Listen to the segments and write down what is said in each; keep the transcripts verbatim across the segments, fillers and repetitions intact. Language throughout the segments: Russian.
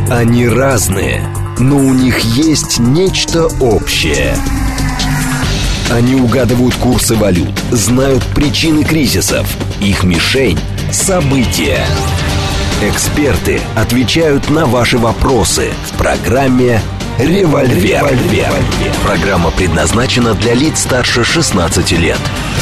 Они разные, но у них есть нечто общее. Они угадывают курсы валют, знают причины кризисов. Их мишень – события. Эксперты отвечают на ваши вопросы в программе «Револьвер». «Револьвер». Программа предназначена для лиц старше шестнадцати лет.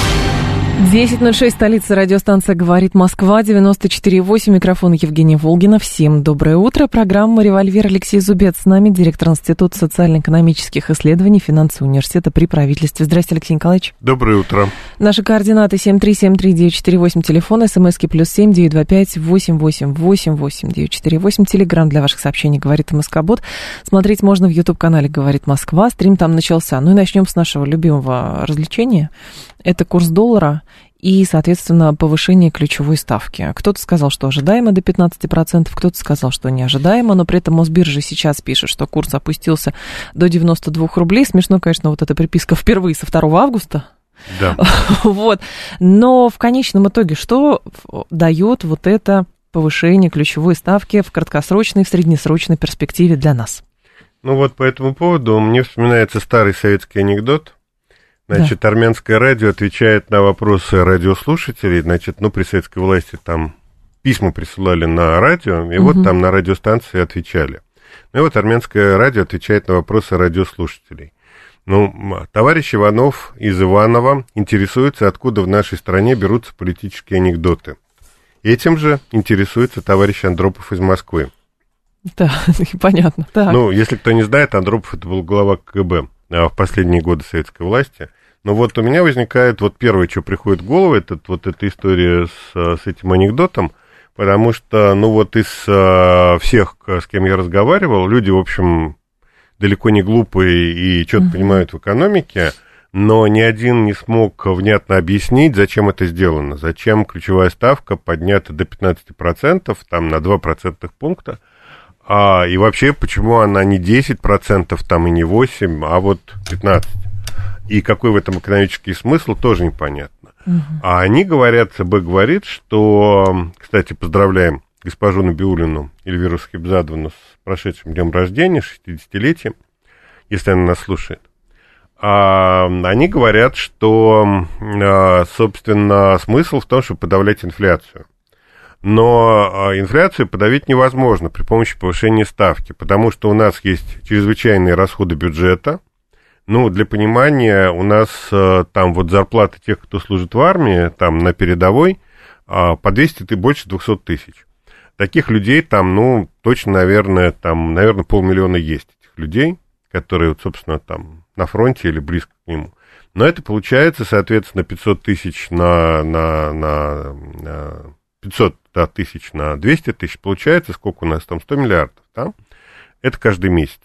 десять ноль шесть, столица, радиостанция «Говорит Москва», девяносто четыре и восемь, микрофон Евгения Волгина. Всем доброе утро. Программа «Револьвер», Алексей Зубец с нами, директор Института социально-экономических исследований Финансового университета при правительстве. Здравствуйте, Алексей Николаевич. Доброе утро. Наши координаты семь три семь три девять четыре восемь, телефон, смски плюс семь девять два пять восемь восемь восемь восемь девять четыре восемь, телеграмм для ваших сообщений «Говорит Москобот». Смотреть можно в YouTube-канале «Говорит Москва», стрим там начался. Ну и начнем с нашего любимого развлечения. Это курс доллара и, соответственно, повышение ключевой ставки. Кто-то сказал, что ожидаемо до пятнадцати процентов, кто-то сказал, что неожидаемо, но при этом Мосбиржа сейчас пишет, что курс опустился до девяноста двух рублей. Смешно, конечно, вот эта приписка впервые со второго августа. Да. Вот. Но в конечном итоге что дает вот это повышение ключевой ставки в краткосрочной, в среднесрочной перспективе для нас? Ну вот по этому поводу мне вспоминается старый советский анекдот. Значит, да. Армянское радио отвечает на вопросы радиослушателей. Значит, ну, при советской власти там письма присылали на радио, и угу. вот там на радиостанции отвечали. Ну, и вот армянское радио отвечает на вопросы радиослушателей. Ну, товарищ Иванов из Иваново интересуется, откуда в нашей стране берутся политические анекдоты. Этим же интересуется товарищ Андропов из Москвы. Да, понятно. Так. Ну, если кто не знает, Андропов это был глава КГБ в последние годы советской власти. Но вот у меня возникает, вот первое, что приходит в голову, это вот эта история с, с этим анекдотом, потому что, ну вот из а, всех, с кем я разговаривал, люди, в общем, далеко не глупые и что-то mm-hmm. понимают в экономике, но ни один не смог внятно объяснить, зачем это сделано, зачем ключевая ставка поднята до пятнадцати процентов, там на два процентных пункта. А, и вообще, почему она не десять процентов, там, и не восемь процентов, а вот пятнадцать процентов. И какой в этом экономический смысл, тоже непонятно. Uh-huh. А они говорят, ЦБ говорит, что, кстати, поздравляем госпожу Набиуллину Эльвиру Схибзадовну с прошедшим днем рождения, шестидесятилетием, если она нас слушает. А, они говорят, что, собственно, смысл в том, чтобы подавлять инфляцию. Но инфляцию подавить невозможно при помощи повышения ставки, потому что у нас есть чрезвычайные расходы бюджета. Ну, для понимания, у нас там вот зарплаты тех, кто служит в армии, там на передовой, по двести, больше двухсот тысяч. Таких людей там, ну, точно, наверное, там, наверное, полмиллиона есть этих людей, которые, вот, собственно, там на фронте или близко к нему. Но это получается, соответственно, пятьсот тысяч на, на, на, на пятьсот да, тысяч на двести тысяч, получается, сколько у нас там, сто миллиардов, да? Это каждый месяц.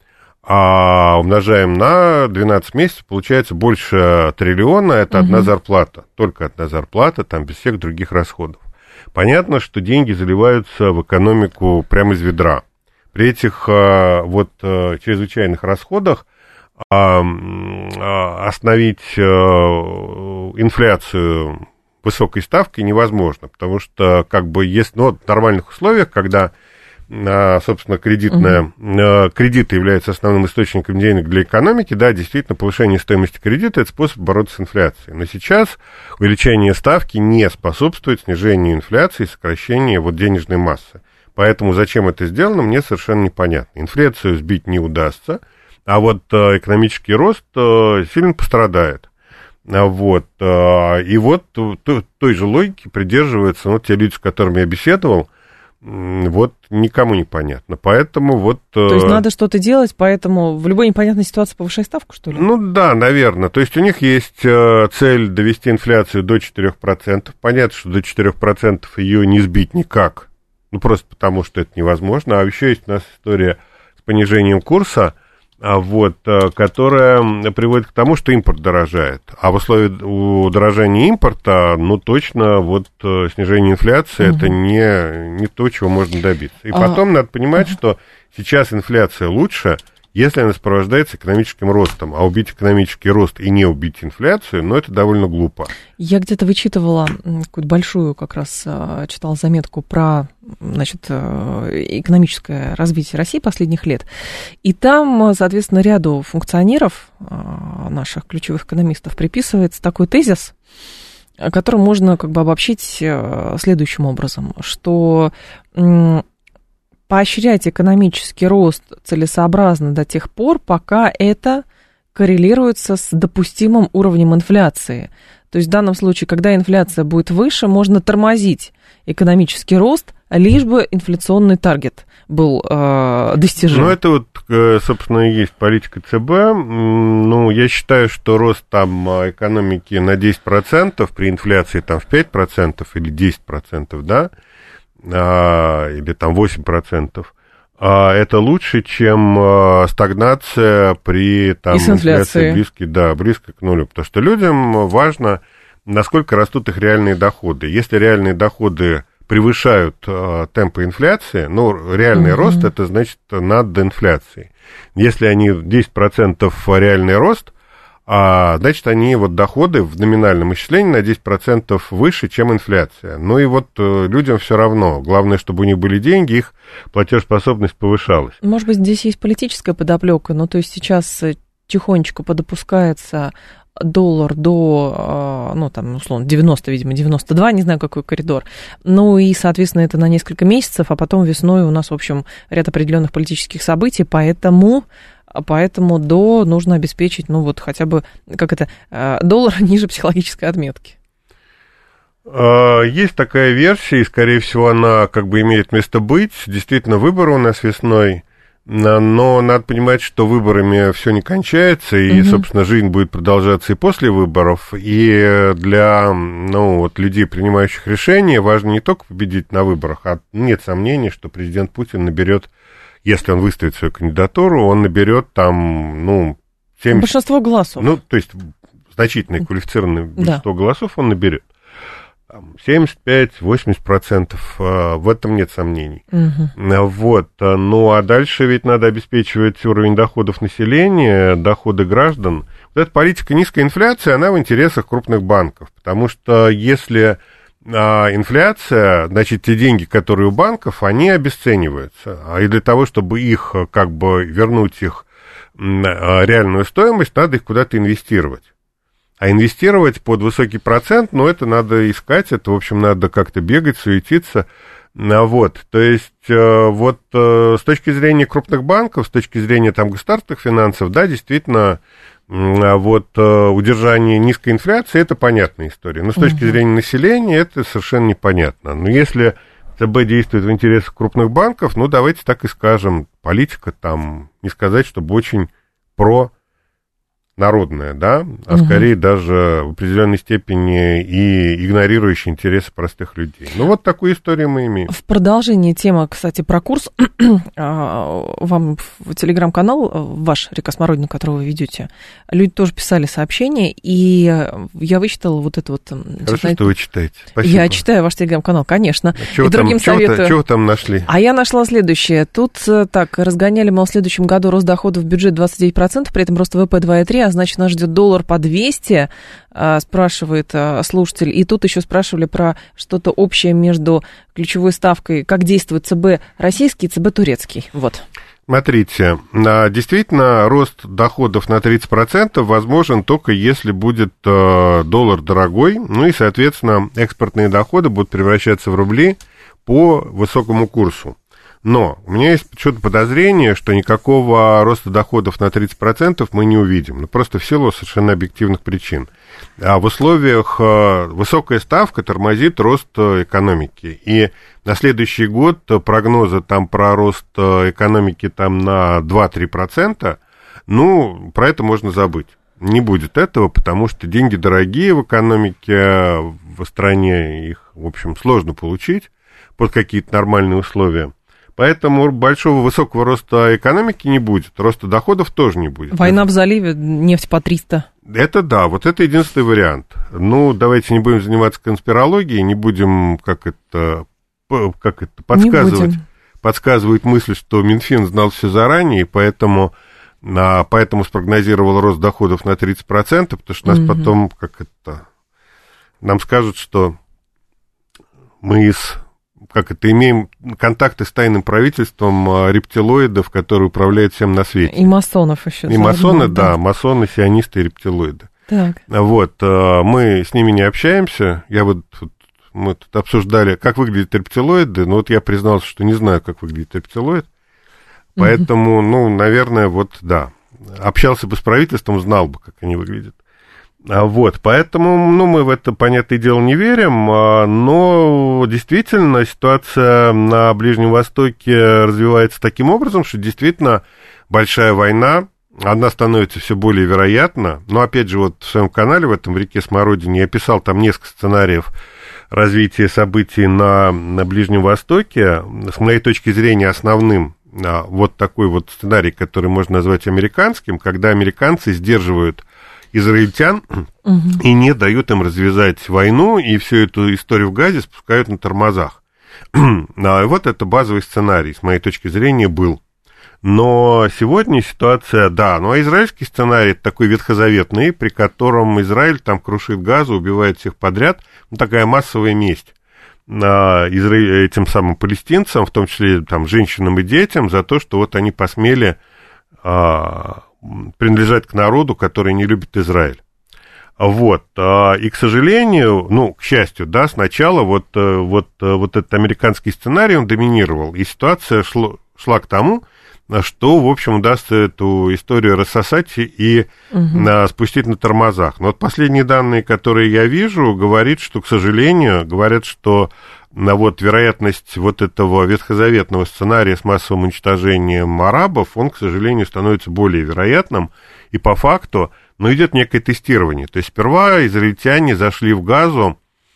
А умножаем на двенадцать месяцев, получается больше триллиона, это угу. одна зарплата, только одна зарплата, там без всех других расходов. Понятно, что деньги заливаются в экономику прямо из ведра. При этих вот чрезвычайных расходах остановить инфляцию высокой ставкой невозможно, потому что, как бы, есть, ну, в нормальных условиях, когда, собственно, кредитная, uh-huh. кредиты являются основным источником денег для экономики, да, действительно, повышение стоимости кредита – это способ бороться с инфляцией. Но сейчас увеличение ставки не способствует снижению инфляции и сокращению вот денежной массы. Поэтому зачем это сделано, мне совершенно непонятно. Инфляцию сбить не удастся, а вот экономический рост сильно пострадает. Вот, и вот той же логики придерживаются, ну, те люди, с которыми я беседовал, вот никому не понятно, поэтому вот... То есть надо что-то делать, поэтому в любой непонятной ситуации повышай ставку, что ли? Ну да, наверное, то есть у них есть цель довести инфляцию до четырёх процентов, понятно, что до четырёх процентов ее не сбить никак, ну просто потому, что это невозможно, а еще есть у нас история с понижением курса, вот, которая приводит к тому, что импорт дорожает. А в условиях удорожания импорта, ну, точно, вот, снижение инфляции, угу. это не, не то, чего можно добиться. И а... потом надо понимать, угу. что сейчас инфляция лучше, если она сопровождается экономическим ростом. А убить экономический рост и не убить инфляцию, ну, это довольно глупо. Я где-то вычитывала какую-то большую, как раз читала заметку про, значит, экономическое развитие России последних лет. И там, соответственно, ряду функционеров, наших ключевых экономистов, приписывается такой тезис, который можно как бы обобщить следующим образом, что поощрять экономический рост целесообразно до тех пор, пока это коррелируется с допустимым уровнем инфляции. То есть в данном случае, когда инфляция будет выше, можно тормозить экономический рост, лишь бы инфляционный таргет был э, достижим. Ну, это вот, собственно, и есть политика ЦБ. Ну, я считаю, что рост там экономики на десять процентов при инфляции там в пять процентов или десять процентов, да, а, или там восемь процентов, а, это лучше, чем а, стагнация при там, инфляции близкой, да, близкой к нулю. Потому что людям важно, насколько растут их реальные доходы. Если реальные доходы превышают э, темпы инфляции, ну, реальный mm-hmm. рост, это значит над инфляцией. Если они десять процентов реальный рост, а, значит, они вот доходы в номинальном исчислении на десять процентов выше, чем инфляция. Ну и вот э, людям все равно. Главное, чтобы у них были деньги, их платежеспособность повышалась. Может быть, здесь есть политическая подоплека, ну, то есть сейчас тихонечко подопускается доллар до, ну, там, условно, девяносто, видимо, девяносто два, не знаю, какой коридор. Ну, и, соответственно, это на несколько месяцев, а потом весной у нас, в общем, ряд определенных политических событий, поэтому, поэтому до нужно обеспечить, ну, вот хотя бы, как это, доллар ниже психологической отметки. Есть такая версия, и, скорее всего, она как бы имеет место быть. Действительно, выборы у нас весной. Но надо понимать, что выборами все не кончается, и, угу. собственно, жизнь будет продолжаться и после выборов. И для, ну, вот, людей, принимающих решения, важно не только победить на выборах, а нет сомнений, что президент Путин наберет, если он выставит свою кандидатуру, он наберет там, ну, семьдесят... большинство голосов. Ну, то есть значительное квалифицированное большинство да. голосов он наберет. семьдесят пять - восемьдесят процентов, в этом нет сомнений. Угу. Вот. Ну, а дальше ведь надо обеспечивать уровень доходов населения, доходы граждан. Вот эта политика низкой инфляции, она в интересах крупных банков, потому что если а, инфляция, значит, те деньги, которые у банков, они обесцениваются. И для того, чтобы их, как бы, вернуть их реальную стоимость, надо их куда-то инвестировать. А инвестировать под высокий процент, ну, это надо искать, это, в общем, надо как-то бегать, суетиться. Вот, то есть, вот с точки зрения крупных банков, с точки зрения там государственных финансов, да, действительно, вот удержание низкой инфляции, это понятная история. Но с точки зрения населения это совершенно непонятно. Но если ЦБ действует в интересах крупных банков, ну, давайте так и скажем, политика там, не сказать, чтобы очень про... народная, да, а угу. скорее даже в определенной степени и игнорирующая интересы простых людей. Ну, вот такую историю мы имеем. В продолжении темы, кстати, про курс, вам в телеграм-канал ваш, Река Смородина, который вы ведете, люди тоже писали сообщения, и я вычитала вот это вот... Хорошо, знаете, что вы читаете. Спасибо. Я читаю ваш телеграм-канал, конечно. А чего, и другим там, советую. Чего, чего там нашли? А я нашла следующее. Тут так, разгоняли, мол, в следующем году рост доходов в бюджет двадцать девять процентов, при этом рост ВВП два и три, а значит, нас ждет доллар по двести, спрашивает слушатель. И тут еще спрашивали про что-то общее между ключевой ставкой, как действует ЦБ российский и ЦБ турецкий. Вот. Смотрите, действительно, рост доходов на тридцать процентов возможен только если будет доллар дорогой, ну и, соответственно, экспортные доходы будут превращаться в рубли по высокому курсу. Но у меня есть что-то подозрение, что никакого роста доходов на тридцать процентов мы не увидим. Ну, просто в силу совершенно объективных причин. А в условиях высокая ставка тормозит рост экономики. И на следующий год прогнозы там про рост экономики там на два-три процента, ну, про это можно забыть. Не будет этого, потому что деньги дорогие в экономике, в стране их, в общем, сложно получить под какие-то нормальные условия. Поэтому большого высокого роста экономики не будет, роста доходов тоже не будет. Война в заливе, нефть по триста. Это да, вот это единственный вариант. Ну, давайте не будем заниматься конспирологией, не будем, как это, как это подсказывать, подсказывает мысль, что Минфин знал все заранее, и поэтому а, поэтому спрогнозировал рост доходов на тридцать процентов, потому что нас mm-hmm. потом, как это, нам скажут, что мы из, как это, имеем контакты с тайным правительством а, рептилоидов, которые управляют всем на свете. И масонов еще. И масоны, да, да, масоны, сионисты и рептилоиды. Так. Вот, а, мы с ними не общаемся, я вот... Мы тут обсуждали, как выглядят рептилоиды, но вот я признался, что не знаю, как выглядит рептилоид, поэтому, mm-hmm. ну, наверное, вот, да, общался бы с правительством, знал бы, как они выглядят. А вот, поэтому, ну, мы в это, понятное дело, не верим, но действительно ситуация на Ближнем Востоке развивается таким образом, что действительно большая война, она становится все более вероятна, но, опять же, вот в своем канале, в этом «В реке Смородине», я писал там несколько сценариев развития событий на, на Ближнем Востоке. С моей точки зрения, основным а, вот такой вот сценарий, который можно назвать американским, когда американцы сдерживают израильтян угу. и не дают им развязать войну, и всю эту историю в Газе спускают на тормозах. А, вот это базовый сценарий, с моей точки зрения, был. Но сегодня ситуация, да, ну а израильский сценарий такой ветхозаветный, при котором Израиль там крушит Газу, убивает всех подряд, ну такая массовая месть а, изра... этим самым палестинцам, в том числе там женщинам и детям, за то, что вот они посмели а, принадлежать к народу, который не любит Израиль. Вот, а, и, к сожалению, ну, к счастью, да, сначала вот, вот, вот этот американский сценарий, он доминировал, и ситуация шло, шла к тому, что, в общем, удастся эту историю рассосать и угу. а, спустить на тормозах. Но вот последние данные, которые я вижу, говорят, что, к сожалению, говорят, что на вот вероятность вот этого ветхозаветного сценария с массовым уничтожением арабов, он, к сожалению, становится более вероятным, и по факту, ну, идет некое тестирование. То есть сперва израильтяне зашли в Газу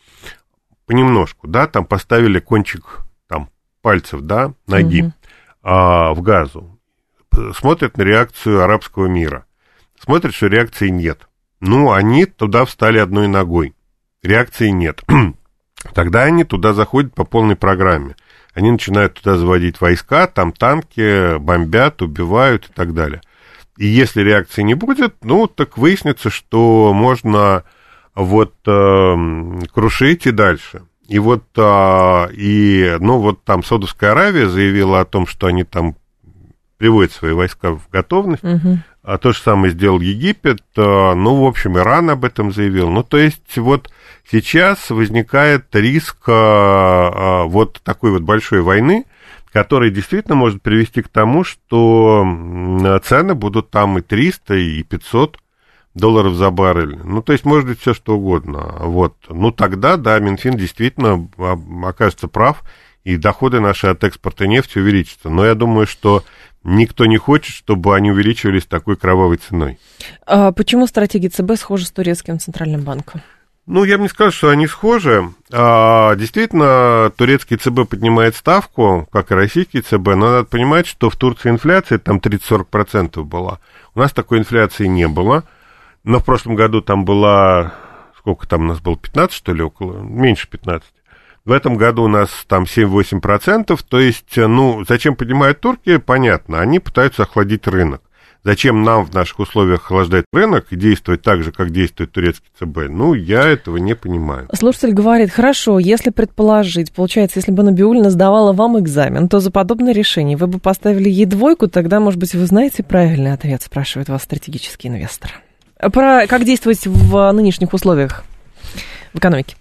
понемножку, да, там поставили кончик там пальцев, да, ноги. Угу. в Газу, смотрят на реакцию арабского мира, смотрят, что реакции нет. Ну, они туда встали одной ногой, реакции нет. Тогда они туда заходят по полной программе. Они начинают туда заводить войска, там танки, бомбят, убивают и так далее. И если реакции не будет, ну, так выяснится, что можно вот э, крушить и дальше. И вот, а, и, ну, вот там Саудовская Аравия заявила о том, что они там приводят свои войска в готовность. Uh-huh. А то же самое сделал Египет. А, ну, в общем, Иран об этом заявил. Ну, то есть, вот сейчас возникает риск а, а, вот такой вот большой войны, которая действительно может привести к тому, что цены будут там и триста, и пятьсот долларов за баррель. Ну, то есть, может быть, все что угодно. Вот. Ну, тогда, да, Минфин действительно окажется прав, и доходы наши от экспорта нефти увеличатся. Но я думаю, что никто не хочет, чтобы они увеличивались такой кровавой ценой. А почему стратегия ЦБ схожа с турецким центральным банком? Ну, я бы не сказал, что они схожи. А, действительно, турецкий ЦБ поднимает ставку, как и российский ЦБ, но надо понимать, что в Турции инфляция там тридцать-сорок процентов была. У нас такой инфляции не было. Но в прошлом году там была, сколько там у нас было, пятнадцать, что ли, около, меньше пятнадцати. В этом году у нас там семь-восемь процентов, то есть, ну, зачем поднимают турки, понятно, они пытаются охладить рынок. Зачем нам в наших условиях охлаждать рынок и действовать так же, как действует турецкий ЦБ? Ну, я этого не понимаю. Слушатель говорит, хорошо, если предположить, получается, если бы Набиуллина сдавала вам экзамен, то за подобное решение вы бы поставили ей двойку, тогда, может быть, вы знаете правильный ответ, спрашивает вас стратегический инвестор. Про как действовать в нынешних условиях в экономике?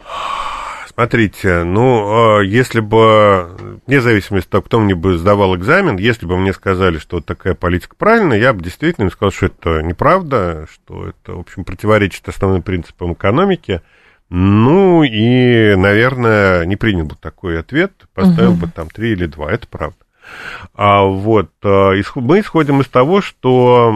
Смотрите, ну, если бы, вне зависимости от того, кто мне бы сдавал экзамен, если бы мне сказали, что вот такая политика правильная, я бы действительно сказал, что это неправда, что это, в общем, противоречит основным принципам экономики. Ну, и, наверное, не принял бы такой ответ, поставил угу. бы там три или два, это правда. А вот мы исходим из того, что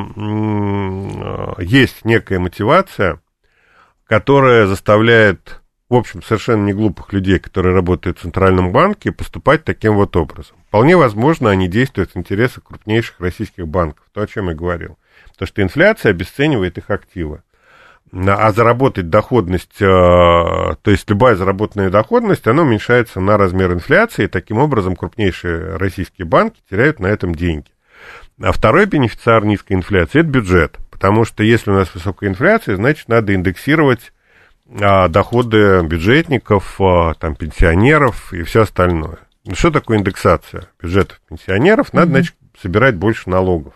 есть некая мотивация, которая заставляет, в общем, совершенно не глупых людей, которые работают в Центральном банке, поступать таким вот образом. Вполне возможно, они действуют в интересах крупнейших российских банков, то, о чем я говорил. Потому что инфляция обесценивает их активы. А заработать доходность, то есть любая заработанная доходность, она уменьшается на размер инфляции, и таким образом крупнейшие российские банки теряют на этом деньги. А второй бенефициар низкой инфляции – это бюджет. Потому что если у нас высокая инфляция, значит, надо индексировать а, доходы бюджетников, а, там, пенсионеров и все остальное. Что такое индексация бюджетов пенсионеров? Надо, mm-hmm. значит, собирать больше налогов.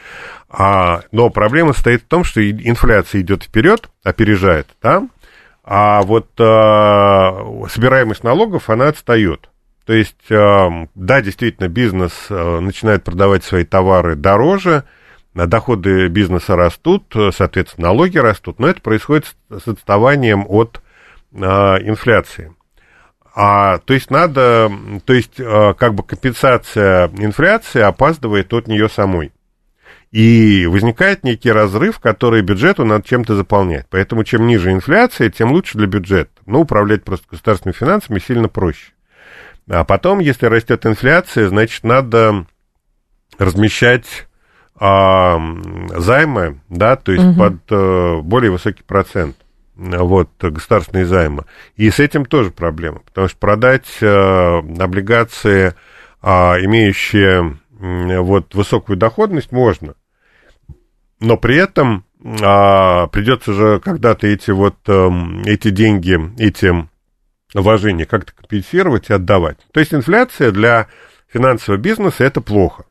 А, но проблема состоит в том, что инфляция идет вперед, опережает, да? А вот а, собираемость налогов, она отстает. То есть, а, да, действительно, бизнес а, начинает продавать свои товары дороже, доходы бизнеса растут, соответственно, налоги растут, но это происходит с отставанием от а, инфляции. А, то есть надо, то есть а, как бы компенсация инфляции опаздывает от нее самой. И возникает некий разрыв, который бюджету надо чем-то заполнять. Поэтому чем ниже инфляция, тем лучше для бюджета. Но управлять просто государственными финансами сильно проще. А потом, если растет инфляция, значит, надо размещать а, займы, да, то есть угу. под а, более высокий процент. Вот, государственные займы. И с этим тоже проблема. Потому что продать а, облигации, а, имеющие а, вот, высокую доходность, можно. Но при этом а, придется же когда-то эти вот а, эти деньги, эти вложения как-то компенсировать и отдавать. То есть инфляция для финансового бизнеса это плохо.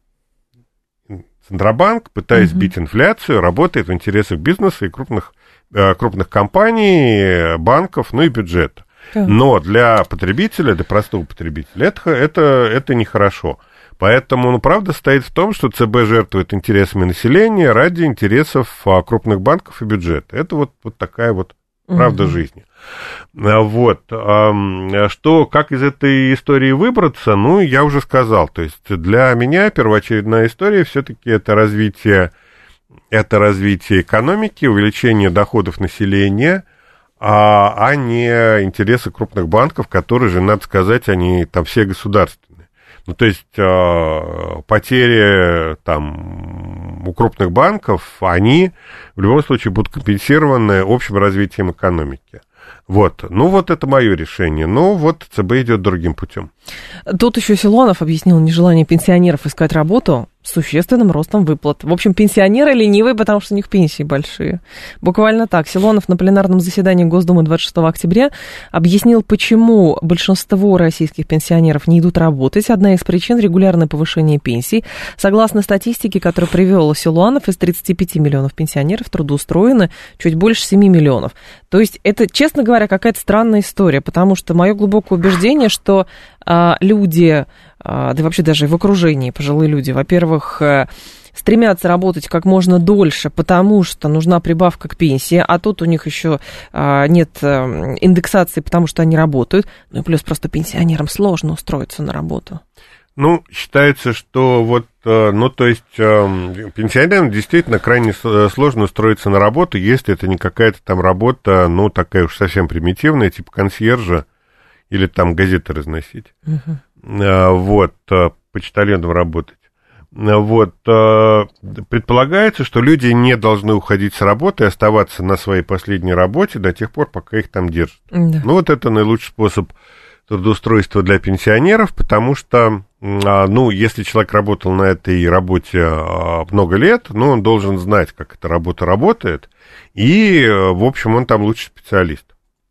Центробанк, пытаясь сбить mm-hmm. инфляцию, работает в интересах бизнеса и крупных, а, крупных компаний, банков, ну и бюджета. Yeah. Но для потребителя, для простого потребителя, это, это, это нехорошо. Поэтому, ну, правда стоит в том, что ЦБ жертвует интересами населения ради интересов а, крупных банков и бюджета. Это вот, вот такая вот правда угу. жизни. Вот. А, что, как из этой истории выбраться, ну, я уже сказал. То есть для меня первоочередная история все-таки это развитие, это развитие экономики, увеличение доходов населения, а, а не интересы крупных банков, которые же, надо сказать, они там все государственные. Ну, то есть э, потери там у крупных банков, они в любом случае будут компенсированы общим развитием экономики. Вот, ну вот это мое решение. Ну вот ЦБ идет другим путем. Тут еще Силуанов объяснил нежелание пенсионеров искать работу с существенным ростом выплат. В общем, пенсионеры ленивые, потому что у них пенсии большие. Буквально так. Силуанов на пленарном заседании Госдумы двадцать шестого октября объяснил, почему большинство российских пенсионеров не идут работать. Одна из причин – регулярное повышение пенсий. Согласно статистике, которую привел Силуанов, из тридцати пяти миллионов пенсионеров трудоустроены чуть больше семи миллионов. То есть это, честно говоря, какая-то странная история, потому что мое глубокое убеждение, что а, люди, а, да и вообще даже в окружении пожилые люди, во-первых, стремятся работать как можно дольше, потому что нужна прибавка к пенсии, а тут у них еще а, нет а, индексации, потому что они работают. Ну и плюс просто пенсионерам сложно устроиться на работу. Ну, считается, что вот, ну, то есть, пенсионерам действительно крайне сложно устроиться на работу, если это не какая-то там работа, ну, такая уж совсем примитивная, типа консьержа или там газеты разносить. Uh-huh. Вот, почтальоном работать. Вот, предполагается, что люди не должны уходить с работы и оставаться на своей последней работе до тех пор, пока их там держат. Uh-huh. Ну, вот это наилучший способ трудоустройства для пенсионеров, потому что, ну, если человек работал на этой работе много лет, ну, он должен знать, как эта работа работает, и, в общем, он там лучший специалист,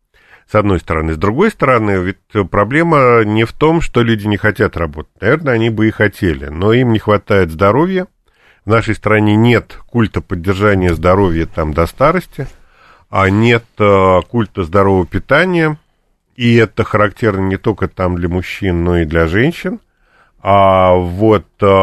с одной стороны. С другой стороны, ведь проблема не в том, что люди не хотят работать. Наверное, они бы и хотели, но им не хватает здоровья. В нашей стране нет культа поддержания здоровья там до старости, а нет культа здорового питания. И это характерно не только там для мужчин, но и для женщин. А вот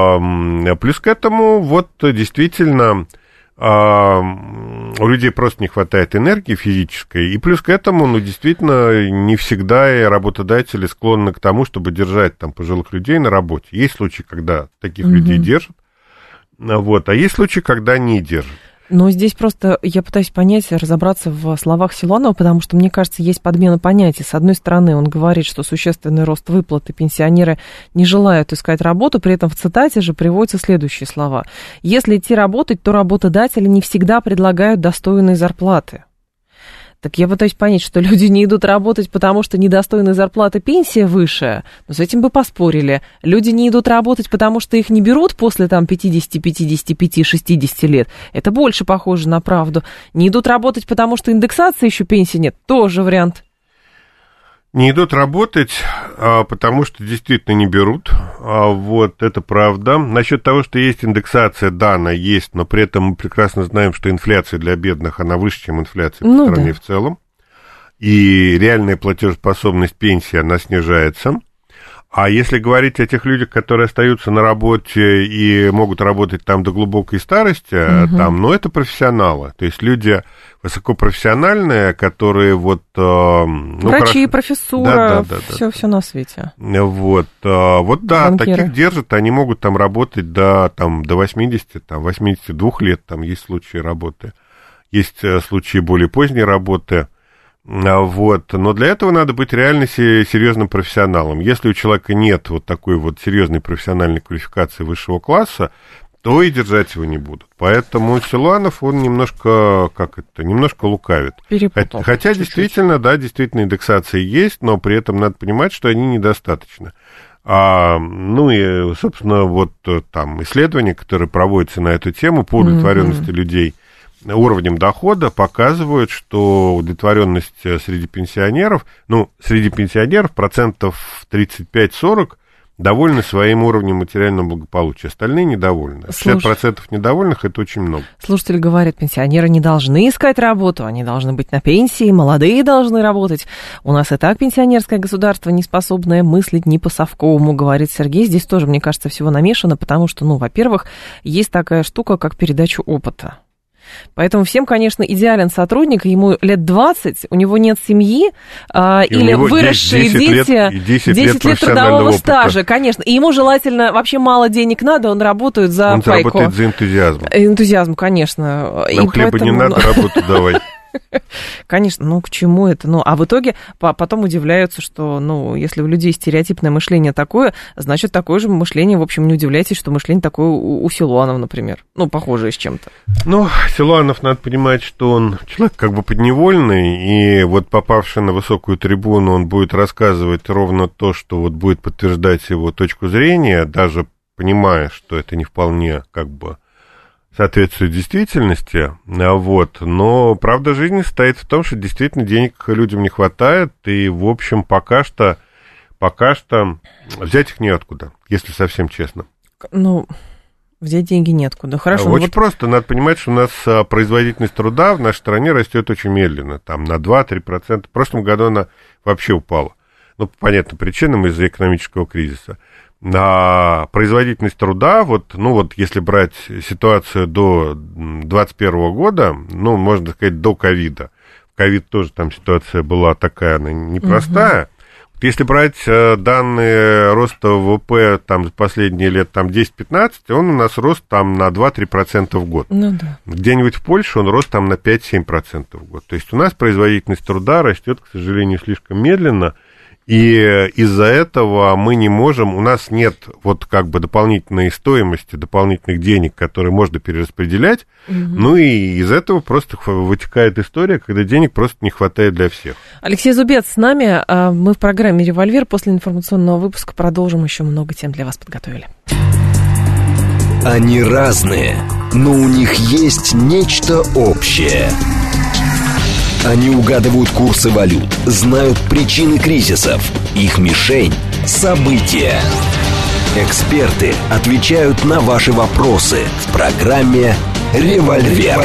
а, плюс к этому, вот действительно, а, у людей просто не хватает энергии физической. И плюс к этому, ну, действительно, не всегда и работодатели склонны к тому, чтобы держать там пожилых людей на работе. Есть случаи, когда таких mm-hmm. людей держат, вот, а есть случаи, когда не держат. Но здесь просто я пытаюсь понять, разобраться в словах Силуанова, потому что, мне кажется, есть подмена понятий. С одной стороны, он говорит, что существенный рост выплат, и пенсионеры не желают искать работу, при этом в цитате же приводятся следующие слова. Если идти работать, то работодатели не всегда предлагают достойные зарплаты. Так я пытаюсь понять, что люди не идут работать, потому что недостойны зарплаты, пенсия выше. Но с этим бы поспорили. Люди не идут работать, потому что их не берут после там пятьдесят, пятьдесят пять, шестьдесят лет. Это больше похоже на правду. Не идут работать, потому что индексации еще пенсии нет. Тоже вариант. Не идут работать, потому что действительно не берут. Вот, это правда. Насчет того, что есть индексация, да, она есть, но при этом мы прекрасно знаем, что инфляция для бедных, она выше, чем инфляция ну по стране да. в целом. И реальная платежеспособность пенсии, она снижается. А если говорить о тех людях, которые остаются на работе и могут работать там до глубокой старости, угу. там, ну, это профессионалы. То есть люди высокопрофессиональные, которые вот... Ну, врачи, хорошо... профессура, да, да, да, все, да. все на свете. Вот, вот да, банкиры. Таких держат, они могут там работать до, там, до восьмидесяти, там, восьмидесяти двух лет, там есть случаи работы. Есть случаи более поздней работы. Вот. Но для этого надо быть реально серьезным профессионалом. Если у человека нет вот такой вот серьезной профессиональной квалификации высшего класса, то и держать его не будут. Поэтому Силуанов, он немножко, как это, немножко лукавит. Перепутал. Хотя чуть-чуть. действительно, да, действительно индексации есть, но при этом надо понимать, что они недостаточны. А, ну и, собственно, вот там исследования, которые проводятся на эту тему по удовлетворенности mm-hmm. людей уровнем дохода, показывают, что удовлетворенность среди пенсионеров, ну, среди пенсионеров процентов тридцать пять-сорок довольны своим уровнем материального благополучия, остальные недовольны. шестьдесят процентов недовольных – это очень много. Слушатели говорят, пенсионеры не должны искать работу, они должны быть на пенсии, молодые должны работать. У нас и так пенсионерское государство, не способное мыслить не по-совковому, говорит Сергей. Здесь тоже, мне кажется, всего намешано, потому что, ну, во-первых, есть такая штука, как передача опыта. Поэтому всем, конечно, идеален сотрудник, ему лет двадцать, у него нет семьи, а, или выросшие десять дети, лет, десять десять лет трудового опыта. Стажа, конечно. И ему желательно, вообще мало денег надо, он работает за он пайку. Он работает за энтузиазм. Энтузиазм, конечно. Нам и хлеба поэтому... не надо, работу давай. Конечно, ну к чему это? Ну, а в итоге потом удивляются, что, ну, если у людей стереотипное мышление такое, значит, такое же мышление, в общем, не удивляйтесь, что мышление такое у, у Силуанова, например. Ну, похожее с чем-то. Ну, Силуанов, надо понимать, что он человек как бы подневольный, и вот попавший на высокую трибуну, он будет рассказывать ровно то, что вот будет подтверждать его точку зрения, даже понимая, что это не вполне как бы соответствует действительности, вот, но правда жизни состоит в том, что действительно денег людям не хватает, и, в общем, пока что, пока что взять их неоткуда, если совсем честно. Ну, взять деньги неоткуда, хорошо. Очень вот... просто, надо понимать, что у нас производительность труда в нашей стране растет очень медленно, там на два-три процента, в прошлом году она вообще упала, ну, по понятным причинам из-за экономического кризиса. На производительность труда, вот, ну вот если брать ситуацию до двадцать первого года, ну, можно сказать, до ковида. В ковид тоже там ситуация была такая, она непростая. Угу. Вот если брать данные роста ВВП там за последние лет там десять-пятнадцать, он у нас рос там на два-три процента в год. Ну да. Где-нибудь в Польше он рос там на пять-семь процентов в год. То есть у нас производительность труда растет, к сожалению, слишком медленно. И из-за этого мы не можем, у нас нет вот как бы дополнительной стоимости, дополнительных денег, которые можно перераспределять, угу. Ну и из этого просто вытекает история, когда денег просто не хватает для всех. Алексей Зубец с нами, мы в программе «Револьвер», после информационного выпуска продолжим, еще много тем для вас подготовили. Они разные, но у них есть нечто общее. Они угадывают курсы валют, знают причины кризисов. Их мишень – события. Эксперты отвечают на ваши вопросы в программе «Револьвер».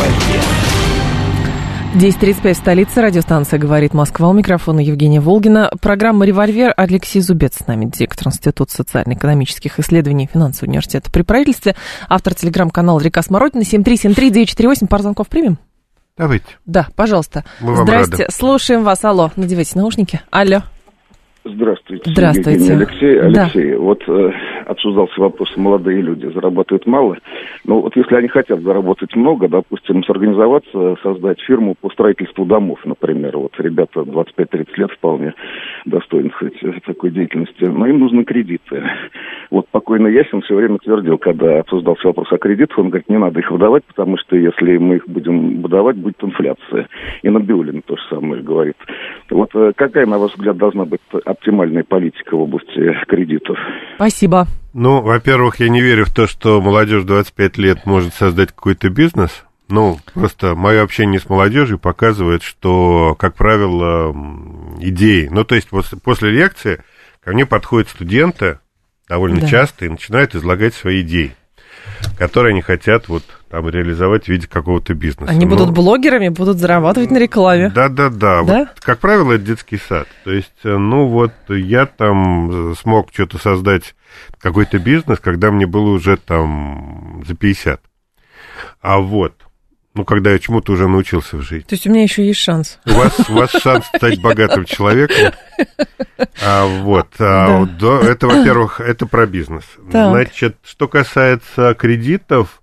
десять тридцать пять в столице. Радиостанция «Говорит Москва». У микрофона Евгения Волгина. Программа «Револьвер». Алексей Зубец с нами, директор Института социально-экономических исследований Финансового университета при правительстве, автор телеграм-канала «Река Смородина». семь три семь три девять четыре восемь. Пар звонков примем? Давайте. Да, пожалуйста. Мы вам Здрасте, рады. Слушаем вас. Алло, надевайте наушники. Алло. Здравствуйте. Здравствуйте. Евгений Алексей. Алексей, да. вот э, обсуждался вопрос, молодые люди зарабатывают мало. Но вот если они хотят заработать много, допустим, сорганизоваться, создать фирму по строительству домов, например. Вот ребята двадцать пять тридцать лет вполне достойны, кстати, такой деятельности. Но им нужны кредиты. Вот покойный Ясин все время твердил, когда обсуждался вопрос о кредитах, он говорит, не надо их выдавать, потому что если мы их будем выдавать, будет инфляция. И Набиуллина то же самое говорит. Вот э, какая, на ваш взгляд, должна быть оптимальная политика в области кредитов? Спасибо. Ну, во-первых, я не верю в то, что молодежь двадцать пять лет может создать какой-то бизнес. Ну, просто мое общение с молодежью показывает, что, как правило, идеи... Ну, то есть после, после лекции ко мне подходят студенты довольно да. часто и начинают излагать свои идеи, которые они хотят вот там реализовать в виде какого-то бизнеса. Они Но... будут блогерами, будут зарабатывать на рекламе. Да-да-да. Да? Вот, как правило, это детский сад. То есть, ну вот, я там смог что-то создать, какой-то бизнес, когда мне было уже там за пятьдесят. А вот, ну, когда я чему-то уже научился в жизни. То есть у меня еще есть шанс. У вас, у вас шанс стать богатым человеком. А, вот, а, да. Это, во-первых, это про бизнес. Так. Значит, что касается кредитов,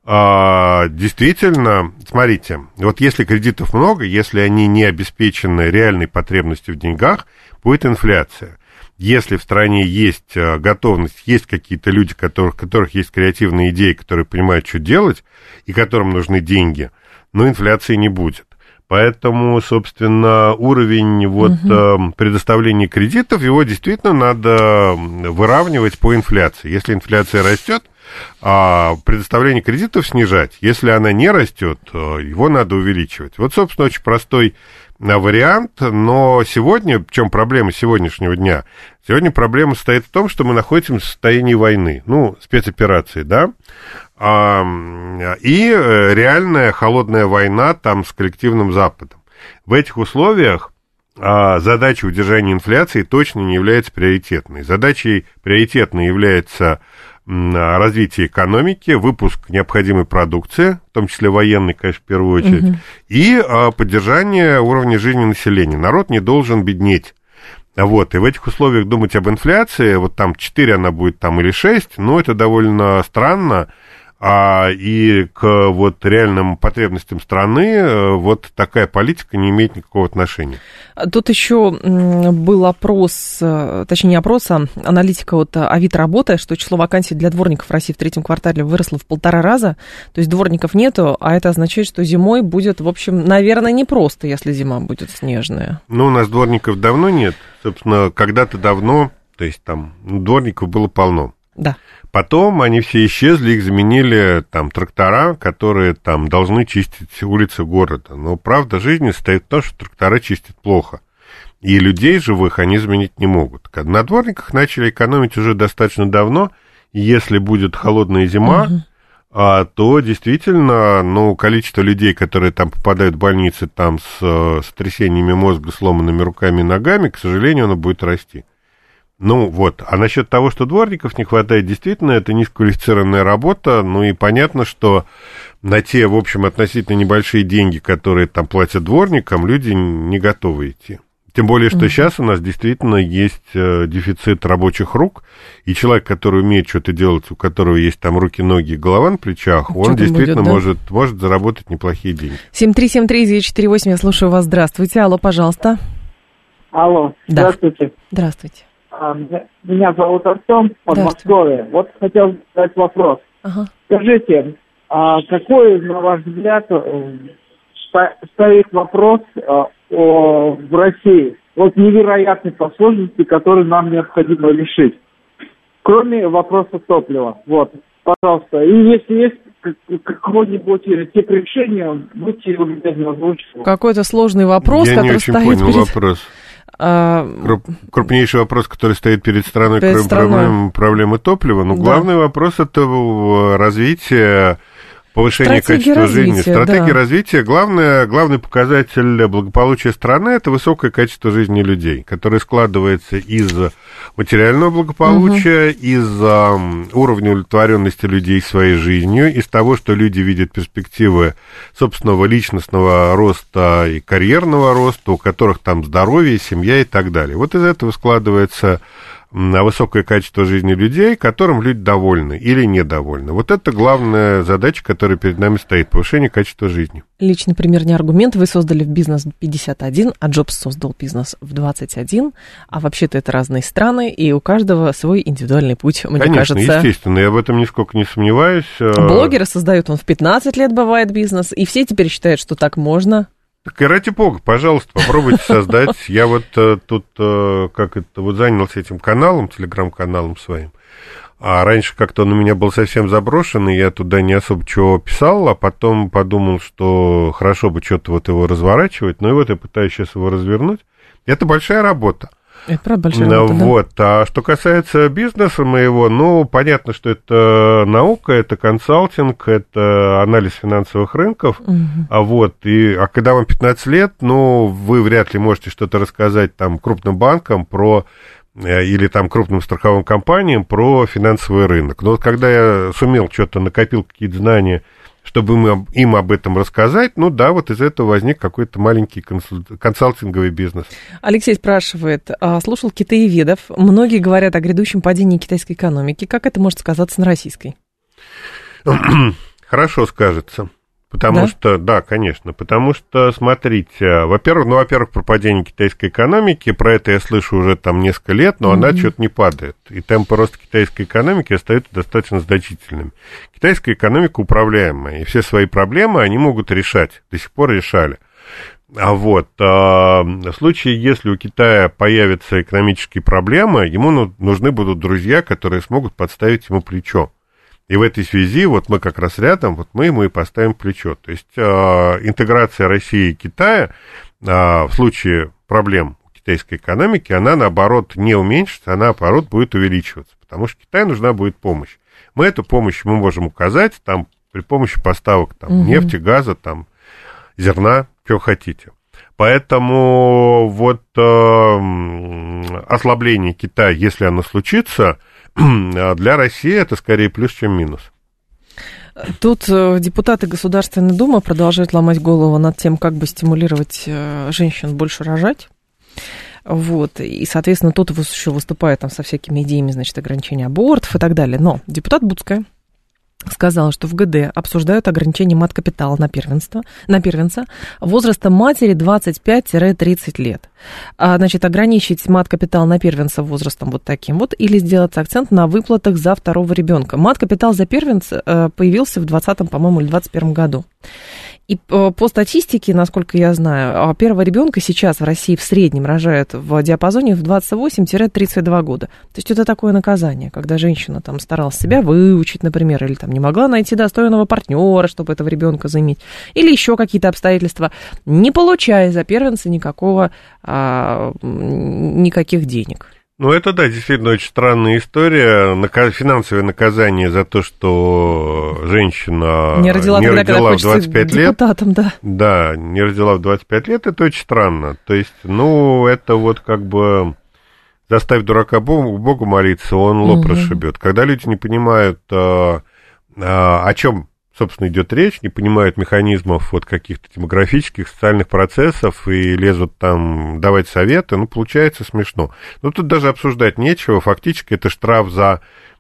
а, действительно, смотрите, вот если кредитов много, если они не обеспечены реальной потребностью в деньгах, будет инфляция. Если в стране есть готовность, есть какие-то люди, которых, у которых есть креативные идеи, которые понимают, что делать, и которым нужны деньги, но инфляции не будет. Поэтому, собственно, уровень вот, угу. предоставления кредитов, его действительно надо выравнивать по инфляции. Если инфляция растет, предоставление кредитов снижать. Если она не растет, его надо увеличивать. Вот, собственно, очень простой вариант, но сегодня, в чем проблема сегодняшнего дня? Сегодня проблема состоит в том, что мы находимся в состоянии войны, ну, спецоперации, да, и реальная холодная война там с коллективным Западом. В этих условиях задача удержания инфляции точно не является приоритетной. Задачей приоритетной является развитие экономики, выпуск необходимой продукции, в том числе военной, конечно, в первую очередь, угу. и а, поддержание уровня жизни населения. Народ не должен беднеть. Вот, и в этих условиях думать об инфляции, вот там четыре она будет там или шесть, ну, это довольно странно. А, и к вот реальным потребностям страны вот такая политика не имеет никакого отношения. Тут еще был опрос, точнее не опрос, а аналитика вот Авито-работа, что число вакансий для дворников в России в третьем квартале выросло в полтора раза, то есть дворников нету, а это означает, что зимой будет, в общем, наверное, непросто, если зима будет снежная. Ну, у нас дворников давно нет, собственно, когда-то давно, то есть там дворников было полно. Да. Потом они все исчезли, их заменили там трактора, которые там должны чистить улицы города. Но правда жизни состоит в том, что трактора чистят плохо. И людей живых они заменить не могут. На дворниках начали экономить уже достаточно давно. И если будет холодная зима, угу. а, то действительно, ну, количество людей, которые там попадают в больницы там с сотрясениями мозга, сломанными руками и ногами, к сожалению, оно будет расти. Ну, вот. А насчет того, что дворников не хватает, действительно, это низкоквалифицированная работа. Ну, и понятно, что на те, в общем, относительно небольшие деньги, которые там платят дворникам, люди не готовы идти. Тем более, что mm-hmm. сейчас у нас действительно есть э, дефицит рабочих рук, и человек, который умеет что-то делать, у которого есть там руки, ноги, голова на плечах, что-то он действительно будет, да? может, может заработать неплохие деньги. семь три семь три девять четыре восемь, я слушаю вас. Здравствуйте. Алло, пожалуйста. Алло, да. здравствуйте. Здравствуйте. Меня зовут Артем, Подмосковье. Вот хотел задать вопрос. Ага. Скажите, а какой, на ваш взгляд, стоит вопрос о, в России? Вот невероятной сложности, которые нам необходимо решить. Кроме вопроса топлива. Вот, пожалуйста. И если есть какое-нибудь тип решения, будьте любезны озвучить. Какой-то сложный вопрос, Я который не очень стоит понял перед... вопрос. А... Круп, крупнейший вопрос, который стоит перед страной, перед кроме страной. Проблемы, проблемы топлива. Но да. главный вопрос – это развитие повышение стратегия качества развития, жизни. Стратегия да. развития. Главное, главный показатель благополучия страны – это высокое качество жизни людей, которое складывается из материального благополучия, угу. из um, уровня удовлетворенности людей своей жизнью, из того, что люди видят перспективы собственного личностного роста и карьерного роста, у которых там здоровье, семья и так далее. Вот из этого складывается на высокое качество жизни людей, которым люди довольны или недовольны. Вот это главная задача, которая перед нами стоит, повышение качества жизни. Личный пример не аргумент. Вы создали бизнес в пятьдесят один, а Джобс создал бизнес в двадцать один, а вообще-то это разные страны, и у каждого свой индивидуальный путь, мне Конечно, кажется. естественно, я в этом нисколько не сомневаюсь. Блогеры создают, он в пятнадцать лет бывает бизнес, и все теперь считают, что так можно. Так и ради бога, пожалуйста, попробуйте создать. Я вот э, тут, э, как это, вот занялся этим каналом, телеграм-каналом своим. А раньше как-то он у меня был совсем заброшен, и я туда не особо чего писал, а потом подумал, что хорошо бы что-то вот его разворачивать. Ну и вот я пытаюсь сейчас его развернуть. Это большая работа. Это правда большая работа, да? Вот. А что касается бизнеса моего, ну, понятно, что это наука, это консалтинг, это анализ финансовых рынков. Угу. А вот, и, а когда вам пятнадцать лет, ну, вы вряд ли можете что-то рассказать там крупным банкам про или там крупным страховым компаниям про финансовый рынок. Но вот когда я сумел что-то, накопил какие-то знания, чтобы им, им об этом рассказать, ну да, вот из этого возник какой-то маленький консуль... консалтинговый бизнес. Алексей спрашивает, слушал китаеведов, многие говорят о грядущем падении китайской экономики, как это может сказаться на российской? Хорошо скажется. Потому да? что, да, конечно, потому что, смотрите, во-первых, ну, во-первых, про падение китайской экономики, про это я слышу уже там несколько лет, но mm-hmm. она что-то не падает, и темпы роста китайской экономики остаются достаточно значительными. Китайская экономика управляемая, и все свои проблемы они могут решать, до сих пор решали. А вот, а, в случае, если у Китая появятся экономические проблемы, ему нужны будут друзья, которые смогут подставить ему плечо. И в этой связи вот мы как раз рядом, вот мы ему и поставим плечо. То есть э, интеграция России и Китая э, в случае проблем китайской экономики, она наоборот не уменьшится, она наоборот будет увеличиваться, потому что Китаю нужна будет помощь. Мы эту помощь мы можем указать там, при помощи поставок там, угу. нефти, газа, там, зерна, что хотите. Поэтому вот э, ослабление Китая, если оно случится, для России это скорее плюс, чем минус. Тут депутаты Государственной Думы продолжают ломать голову над тем, как бы стимулировать женщин больше рожать. Вот. И, соответственно, тут еще выступает там со всякими идеями, значит, ограничения абортов и так далее. Но депутат Буцкая сказала, что в ГД обсуждают ограничение мат-капитала на первенство, на первенца возрастом матери двадцать пять - тридцать лет. А, значит, ограничить мат-капитал на первенца возрастом вот таким вот, или сделать акцент на выплатах за второго ребенка. Мат-капитал за первенца появился в двадцатом, по-моему, или двадцать первом году. И по статистике, насколько я знаю, первого ребенка сейчас в России в среднем рожают в диапазоне в двадцать восемь - тридцать два года. То есть это такое наказание, когда женщина там старалась себя выучить, например, или там не могла найти достойного партнера, чтобы этого ребенка заиметь, или еще какие-то обстоятельства, не получая за первенца никакого, а, никаких денег. Ну, это, да, действительно очень странная история. Наказ... Финансовое наказание за то, что женщина не родила, не тогда, родила в двадцать пять лет. Да. Да, не родила в двадцать пять лет, это очень странно. То есть, ну, это вот как бы заставь дурака Богу, Богу молиться, он лоб угу. расшибет. Когда люди не понимают, а, а, о чем, собственно, идет речь, не понимают механизмов вот каких-то демографических, социальных процессов и лезут там давать советы, ну, получается смешно. Но тут даже обсуждать нечего, фактически это штраф за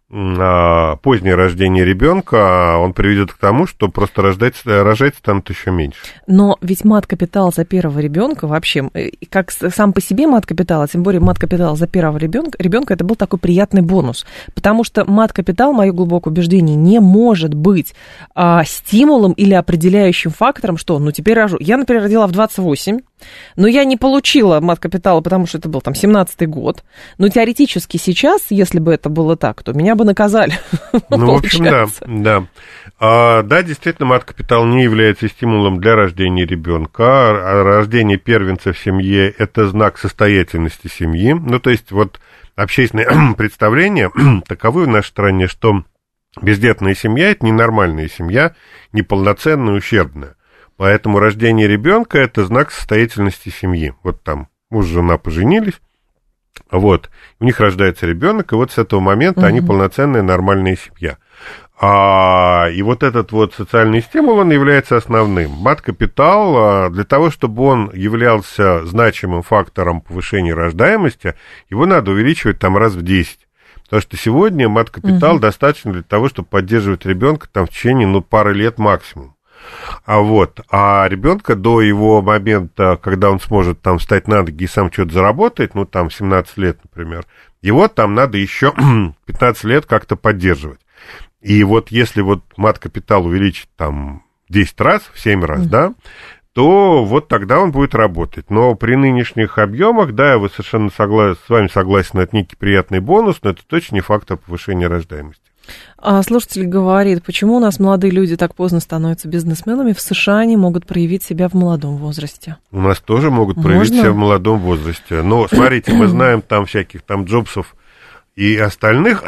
а, позднее рождение ребенка, он приведет к тому, что просто рождать, рожать станут еще меньше. Но ведь мат-капитал за первого ребенка вообще, как сам по себе мат-капитал, а тем более мат-капитал за первого ребенка, ребенка, это был такой приятный бонус, потому что мат-капитал, мое глубокое убеждение, не может быть а, стимулом или определяющим фактором, что, ну, теперь рожу. Я, например, родила в двадцать восемь, но я не получила мат-капитала, потому что это был там семнадцатый год, но теоретически сейчас, если бы это было так, то меня бы наказали. Ну, в общем, да, да. А, да, действительно, мат-капитал не является стимулом для рождения ребенка. А рождение первенца в семье – это знак состоятельности семьи. Ну, то есть, вот общественные представления таковы в нашей стране, что бездетная семья – это ненормальная семья, неполноценная, ущербная. Поэтому рождение ребенка – это знак состоятельности семьи. Вот там муж и жена поженились, вот, у них рождается ребенок, и вот с этого момента угу. они полноценная, нормальная семья. А, и вот этот вот социальный стимул, он является основным. Мат-капитал, для того, чтобы он являлся значимым фактором повышения рождаемости, его надо увеличивать там раз в десять. Потому что сегодня мат-капитал угу. достаточно для того, чтобы поддерживать ребенка там в течение, ну, пары лет максимум. А вот, а ребенка до его момента, когда он сможет там встать на ноги и сам что-то заработать, ну, там, семнадцать лет, например, его там надо еще пятнадцать лет как-то поддерживать. И вот если вот мат-капитал увеличить там десять раз, в семь раз, mm-hmm. да, то вот тогда он будет работать. Но при нынешних объемах, да, я совершенно согла- с вами согласен, это некий приятный бонус, но это точно не фактор повышения рождаемости. А слушатель говорит, почему у нас молодые люди так поздно становятся бизнесменами, в США они могут проявить себя в молодом возрасте? У нас тоже могут проявить Можно? себя в молодом возрасте. Но, смотрите, мы знаем там всяких там Джобсов и остальных,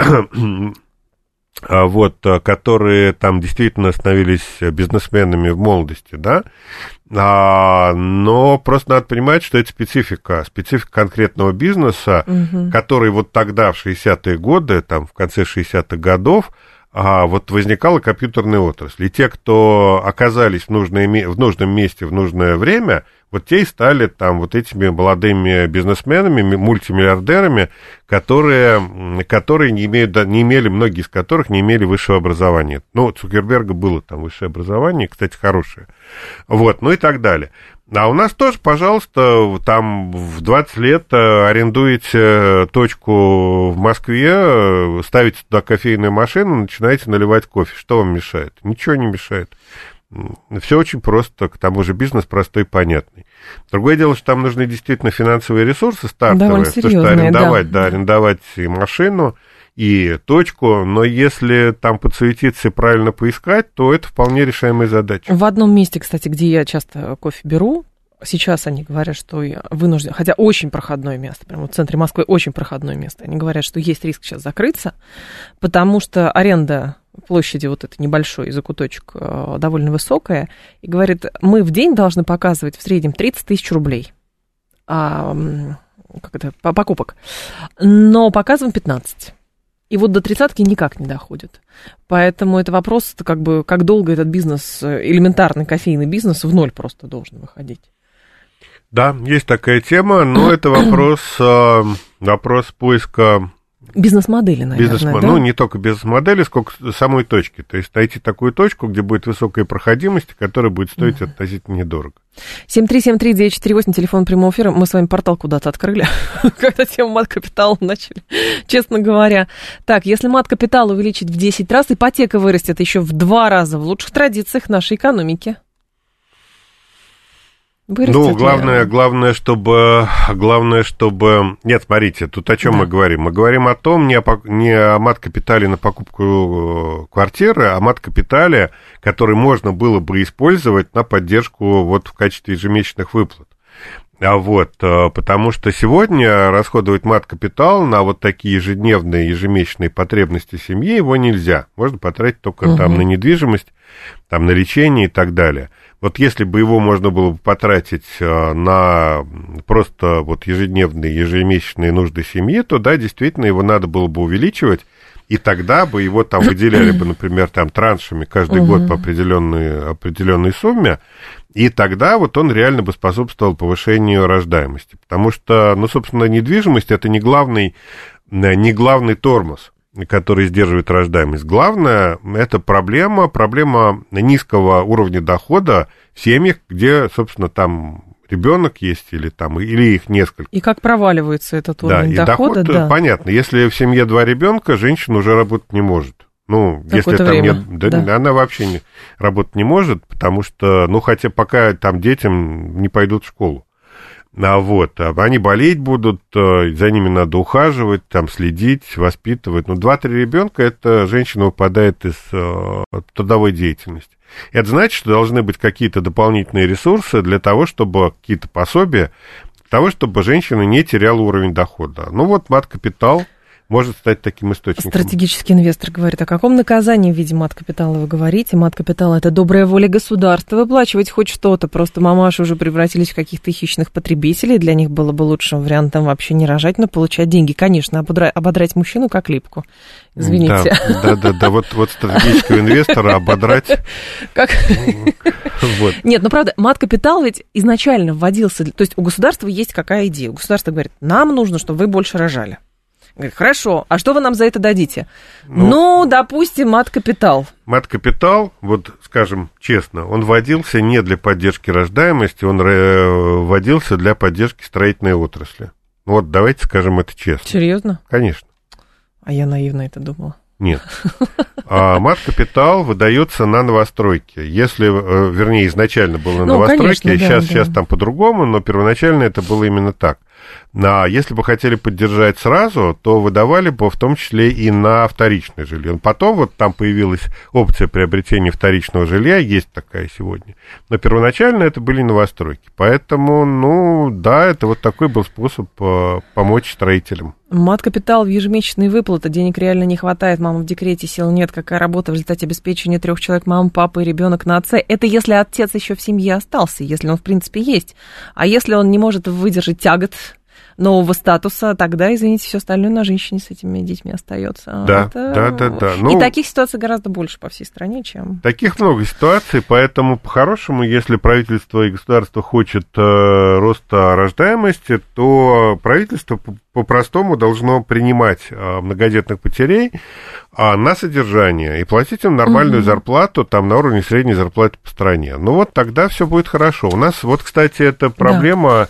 вот, которые там действительно становились бизнесменами в молодости, да, а, но просто надо понимать, что это специфика, специфика конкретного бизнеса, угу. который вот тогда, в шестидесятые годы, там, в конце шестидесятых годов, а, вот возникала компьютерная отрасль. И те, кто оказались в, нужное, в нужном месте в нужное время, вот те и стали там вот этими молодыми бизнесменами, мультимиллиардерами, которые, которые не, имеют, не имели, многие из которых не имели высшего образования. Ну, у Цукерберга было там высшее образование, кстати, хорошее. Вот, ну и так далее. А у нас тоже, пожалуйста, там в двадцать лет арендуете точку в Москве, ставите туда кофейную машину, начинаете наливать кофе. Что вам мешает? Ничего не мешает. Все очень просто, к тому же бизнес простой и понятный. Другое дело, что там нужны действительно финансовые ресурсы стартовые, потому что арендовать, да. Да, арендовать и машину, и точку, но если там подсуетиться и правильно поискать, то это вполне решаемая задача. В одном месте, кстати, где я часто кофе беру, сейчас они говорят, что вынуждены, хотя очень проходное место, прямо в центре Москвы очень проходное место, они говорят, что есть риск сейчас закрыться, потому что аренда площади вот этой небольшой, закуточек, довольно высокая, и говорит, мы в день должны показывать в среднем тридцать тысяч рублей а, как это, покупок, но показываем пятнадцать. И вот до тридцатки никак не доходит. Поэтому это вопрос, это как бы, как долго этот бизнес, элементарный кофейный бизнес, в ноль просто должен выходить. Да, есть такая тема, но это вопрос, вопрос поиска... Бизнес-модели, наверное, Бизнес-мо... да? Ну, не только бизнес-модели, сколько самой точки. То есть найти такую точку, где будет высокая проходимость, которая будет стоить uh-huh. относительно недорого. семь три семь три девять четыре восемь, телефон прямого эфира. Мы с вами портал куда-то открыли, когда тему мат-капитала начали, честно говоря. Так, если мат-капитал увеличить в десять раз, ипотека вырастет еще в два раза в лучших традициях нашей экономики. Вырастет ну, главное, ли? главное, чтобы, главное, чтобы... Нет, смотрите, тут о чем да. мы говорим? Мы говорим о том, не о, не о мат-капитале на покупку квартиры, а о мат-капитале, который можно было бы использовать на поддержку вот в качестве ежемесячных выплат. А вот, потому что сегодня расходовать мат-капитал на вот такие ежедневные, ежемесячные потребности семьи его нельзя. Можно потратить только угу. там на недвижимость, там на лечение и так далее. Вот если бы его можно было бы потратить на просто вот ежедневные, ежемесячные нужды семьи, то да, действительно, его надо было бы увеличивать, и тогда бы его там выделяли бы, например, там траншами каждый uh-huh. год по определенной, определенной сумме, и тогда вот он реально бы способствовал повышению рождаемости. Потому что, ну, собственно, недвижимость – это не главный, не главный тормоз, который сдерживает рождаемость. Главное, это проблема, проблема низкого уровня дохода в семьях, где, собственно, там ребенок есть или, там, или их несколько. И как проваливается этот уровень да, дохода? И доход, да, понятно. Если в семье два ребенка, женщина уже работать не может. Ну, какое-то если там время. нет, да, да. она вообще не, работать не может, потому что, ну, хотя пока там детям не пойдут в школу. А вот, они болеть будут, за ними надо ухаживать, там, следить, воспитывать. Ну, два-три ребенка, это женщина выпадает из э, трудовой деятельности. Это значит, что должны быть какие-то дополнительные ресурсы для того, чтобы какие-то пособия, для того, чтобы женщина не теряла уровень дохода. Ну, вот мат-капитал может стать таким источником. Стратегический инвестор говорит, о каком наказании в виде мат-капитала вы говорите? Мат-капитал – это добрая воля государства, выплачивать хоть что-то. Просто мамаши уже превратились в каких-то хищных потребителей. Для них было бы лучшим вариантом вообще не рожать, но получать деньги. Конечно, ободрать, ободрать мужчину как липку. Извините. Да, да, да, вот, вот стратегического инвестора ободрать. Как? Вот. Нет, ну правда, мат-капитал ведь изначально вводился, то есть у государства есть какая идея? У государства говорит, нам нужно, чтобы вы больше рожали. Говорит, хорошо, а что вы нам за это дадите? Ну, ну допустим, мат-капитал. Мат-капитал, вот скажем честно, он вводился не для поддержки рождаемости, он вводился для поддержки строительной отрасли. Вот давайте скажем это честно. Серьезно? Конечно. А я наивно это думала. Нет. А мат-капитал выдается на новостройки. Если, вернее, изначально было на ну, новостройки, конечно, сейчас, да, сейчас да. там по-другому, но первоначально это было именно так. А если бы хотели поддержать сразу, то выдавали бы в том числе и на вторичное жилье. Потом вот там появилась опция приобретения вторичного жилья, есть такая сегодня. Но первоначально это были новостройки. Поэтому, ну, да, это вот такой был способ помочь строителям. Мат-капитал в ежемесячные выплаты, денег реально не хватает, мама в декрете, сил нет, какая работа в результате обеспечения трех человек, мама, папа и ребенок на отце. Это если отец еще в семье остался, если он в принципе есть. А если он не может выдержать тягот нового статуса, тогда, извините, все остальное на женщине с этими детьми остается. Да, это... да, да, да. Ну, и таких ситуаций гораздо больше по всей стране, чем... Таких много ситуаций, поэтому, по-хорошему, если правительство и государство хочет э, роста рождаемости, то правительство по-простому должно принимать э, многодетных матерей э, на содержание и платить им нормальную угу. зарплату, там, на уровне средней зарплаты по стране. Ну, вот тогда все будет хорошо. У нас, вот, кстати, эта проблема... Да.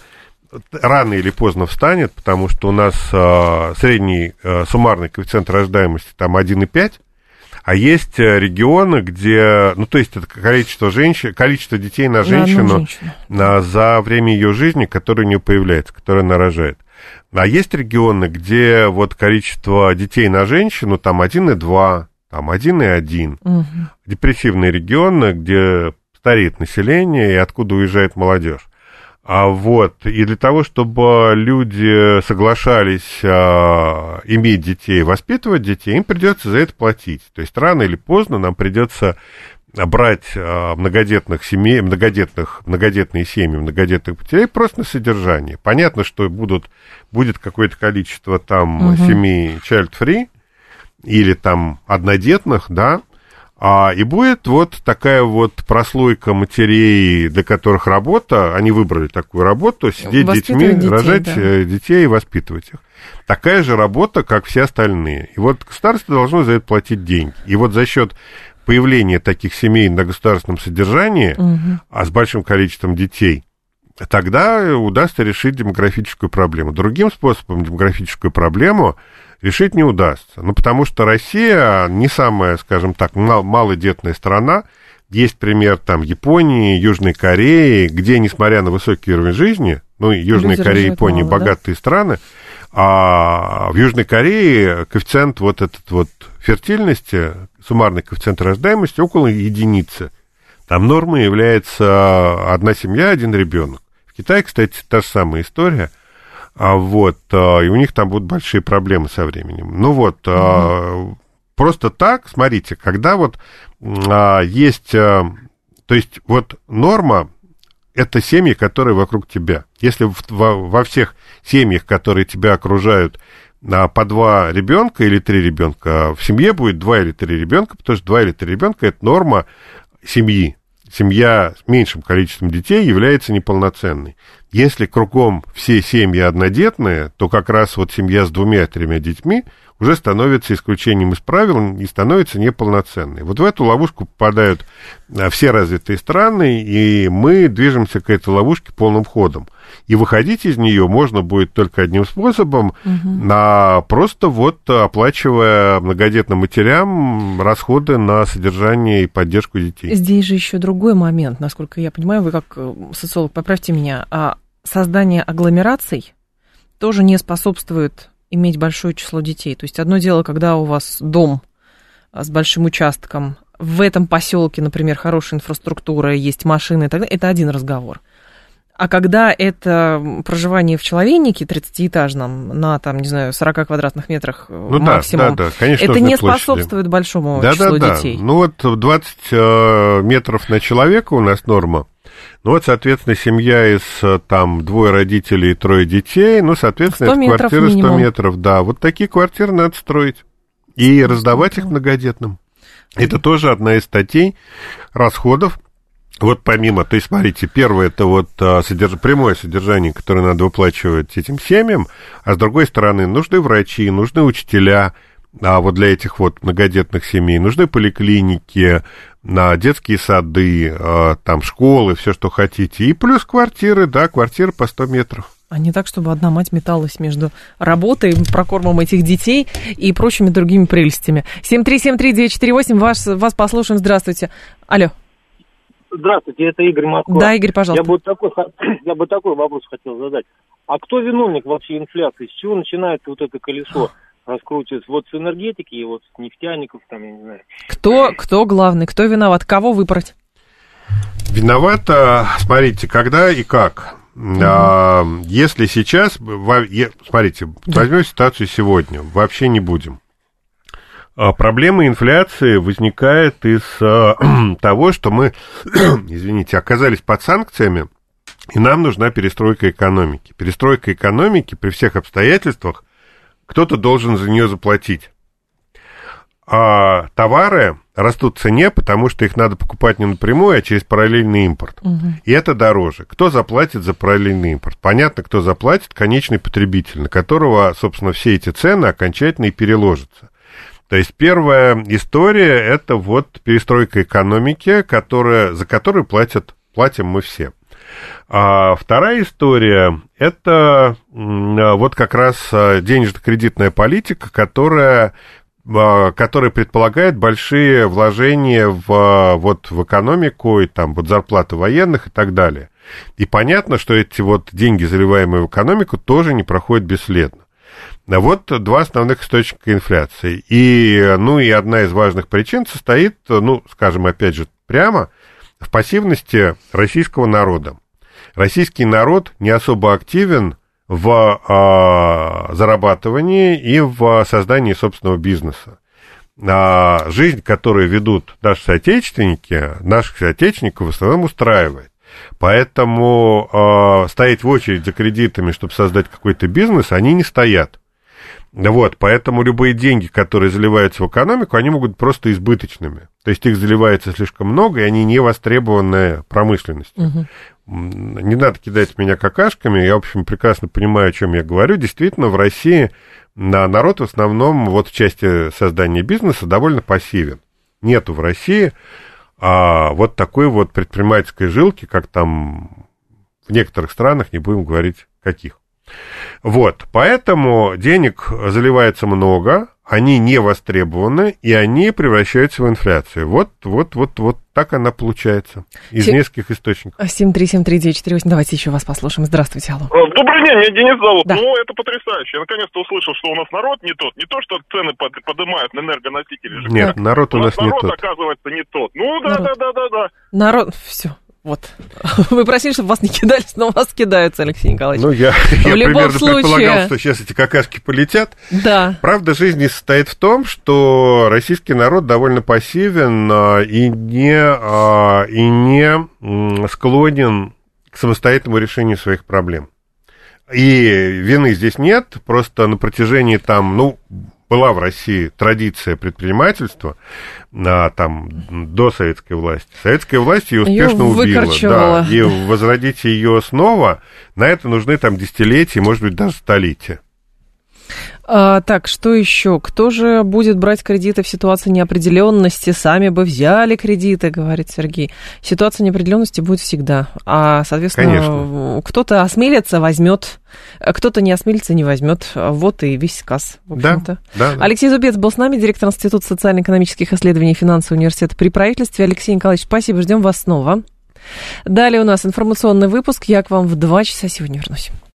Рано или поздно встанет, потому что у нас э, средний э, суммарный коэффициент рождаемости там один и пять, а есть регионы, где, ну, то есть это количество женщин, количество детей на женщину, на, за время ее жизни, которое у нее появляется, которое она рожает. А есть регионы, где вот количество детей на женщину там один и два, там один и один. Угу. Депрессивные регионы, где стареет население и откуда уезжает молодежь. А вот, и для того, чтобы люди соглашались а, иметь детей, воспитывать детей, им придется за это платить. То есть рано или поздно нам придется брать а, многодетных семей, многодетных, многодетные семьи, многодетных матерей просто на содержание. Понятно, что будут, будет какое-то количество там угу. семей child-free или там однодетных, да, А, и будет вот такая вот прослойка матерей, для которых работа, они выбрали такую работу, сидеть с детьми, детей, рожать да. детей и воспитывать их. Такая же работа, как все остальные. И вот государство должно за это платить деньги. И вот за счет появления таких семей на государственном содержании, угу. а с большим количеством детей, тогда удастся решить демографическую проблему. Другим способом демографическую проблему решить не удастся. Ну, потому что Россия не самая, скажем так, мал- малодетная страна. Есть пример там Японии, Южной Кореи, где, несмотря на высокий уровень жизни, ну, Южная Корея и Япония мало, богатые да? страны, а в Южной Корее коэффициент вот этот вот фертильности, суммарный коэффициент рождаемости около единицы. Там нормой является одна семья, один ребенок. В Китае, кстати, та же самая история. А вот, и у них там будут большие проблемы со временем. Ну вот, mm-hmm. просто так, смотрите, когда вот есть, то есть вот норма, это семьи, которые вокруг тебя. Если во всех семьях, которые тебя окружают, по два ребенка или три ребенка, в семье будет два или три ребенка, потому что два или три ребенка это норма семьи. Семья с меньшим количеством детей является неполноценной. Если кругом все семьи однодетные, то как раз вот семья с двумя-тремя детьми уже становится исключением из правил и становится неполноценной. Вот в эту ловушку попадают все развитые страны, и мы движемся к этой ловушке полным ходом. И выходить из нее можно будет только одним способом, угу. а просто вот оплачивая многодетным матерям расходы на содержание и поддержку детей. Здесь же еще другой момент, насколько я понимаю, вы как социолог, поправьте меня, а создание агломераций тоже не способствует иметь большое число детей. То есть одно дело, когда у вас дом с большим участком, в этом поселке, например, хорошая инфраструктура, есть машины и так далее, это один разговор. А когда это проживание в человейнике тридцатиэтажном на, там, не знаю, сорока квадратных метрах ну, максимум, да, да, да. Конечно, это не площади. Способствует большому да, числу да, детей? Да. Ну вот двадцать э, метров на человека у нас норма. Ну вот, соответственно, семья из там двое родителей и трое детей, ну, соответственно, это квартира сто метров. Да, вот такие квартиры надо строить и раздавать их многодетным. Это тоже одна из статей расходов. Вот помимо, то есть, смотрите, первое, это вот содерж... прямое содержание, которое надо выплачивать этим семьям, а с другой стороны, нужны врачи, нужны учителя, а вот для этих вот многодетных семей, нужны поликлиники, на детские сады, там, школы, все, что хотите, и плюс квартиры, да, квартиры по сто метров. А не так, чтобы одна мать металась между работой, прокормом этих детей и прочими другими прелестями. семь три семь три девять четыре восемь, вас, вас послушаем, здравствуйте. Алло. Здравствуйте, это Игорь Москва. Да, Игорь, пожалуйста. Я бы, такой, я бы такой вопрос хотел задать. А кто виновник вообще инфляции? С чего начинается вот это колесо раскручиваться? Вот с энергетики и вот с нефтяников, там, я не знаю. Кто, кто главный, кто виноват? Кого выбрать? Виновата, смотрите, когда и как. Угу. А, если сейчас, смотрите, возьмем ситуацию сегодня, вообще не будем. Проблема инфляции возникает из а, того, что мы, извините, оказались под санкциями, и нам нужна перестройка экономики. Перестройка экономики при всех обстоятельствах кто-то должен за нее заплатить. А товары растут в цене, потому что их надо покупать не напрямую, а через параллельный импорт. Угу. И это дороже. Кто заплатит за параллельный импорт? Понятно, кто заплатит, конечный потребитель, на которого, собственно, все эти цены окончательно и переложатся. То есть первая история – это вот перестройка экономики, которая, за которую платят, платим мы все. А вторая история – это вот как раз денежно-кредитная политика, которая, которая предполагает большие вложения в, вот, в экономику, и там вот зарплаты военных и так далее. И понятно, что эти вот деньги, заливаемые в экономику, тоже не проходят бесследно. Вот два основных источника инфляции. И, ну, и одна из важных причин состоит, ну, скажем, опять же, прямо в пассивности российского народа. Российский народ не особо активен в а, зарабатывании и в создании собственного бизнеса. А, жизнь, которую ведут наши соотечественники, наших соотечественников в основном устраивает. Поэтому э, стоять в очередь за кредитами, чтобы создать какой-то бизнес, они не стоят. Вот, поэтому любые деньги, которые заливаются в экономику, они могут быть просто избыточными. То есть их заливается слишком много, и они не востребованы промышленностью. Угу. Не надо кидать меня какашками, я, в общем, прекрасно понимаю, о чем я говорю. Действительно, в России народ в основном вот в части создания бизнеса довольно пассивен. Нету в России а вот такой вот предпринимательской жилки, как там в некоторых странах, не будем говорить каких. Вот, поэтому денег заливается много, они не востребованы, и они превращаются в инфляцию. Вот, вот, вот, вот так она получается. Из Сем... нескольких источников. семь три семь три девять четыре восемь, давайте еще вас послушаем. Здравствуйте, алло. Добрый день, меня Денис зовут. Да. Ну, это потрясающе. Я наконец-то услышал, что у нас народ не тот. Не то, что цены под, поднимают на энергоносители. Нет, народ у, у нас, нас не народ, тот. Народ, оказывается, не тот. Ну, да, да, да, да, да. Народ, все. Вот. Вы просили, чтобы вас не кидались, но вас кидаются, Алексей Николаевич. Ну, я, я примерно случае... предполагал, что сейчас эти какашки полетят. Да. Правда жизни состоит в том, что российский народ довольно пассивен и не, и не склонен к самостоятельному решению своих проблем. И вины здесь нет, просто на протяжении там, ну, была в России традиция предпринимательства а, там, до советской власти. Советская власть ее успешно ее убила. Да, и возродить ее снова, на это нужны там десятилетия, может быть, даже столетия. А, так, что еще? Кто же будет брать кредиты в ситуации неопределенности? Сами бы взяли кредиты, говорит Сергей. Ситуация неопределенности будет всегда. А, соответственно, конечно, кто-то осмелится, возьмет, кто-то не осмелится, не возьмет. Вот и весь сказ, в общем-то. Да, да, Алексей Зубец был с нами, директор Института социально-экономических исследований и финансового университета при правительстве. Алексей Николаевич, спасибо, ждем вас снова. Далее у нас информационный выпуск. Я к вам в два часа сегодня вернусь.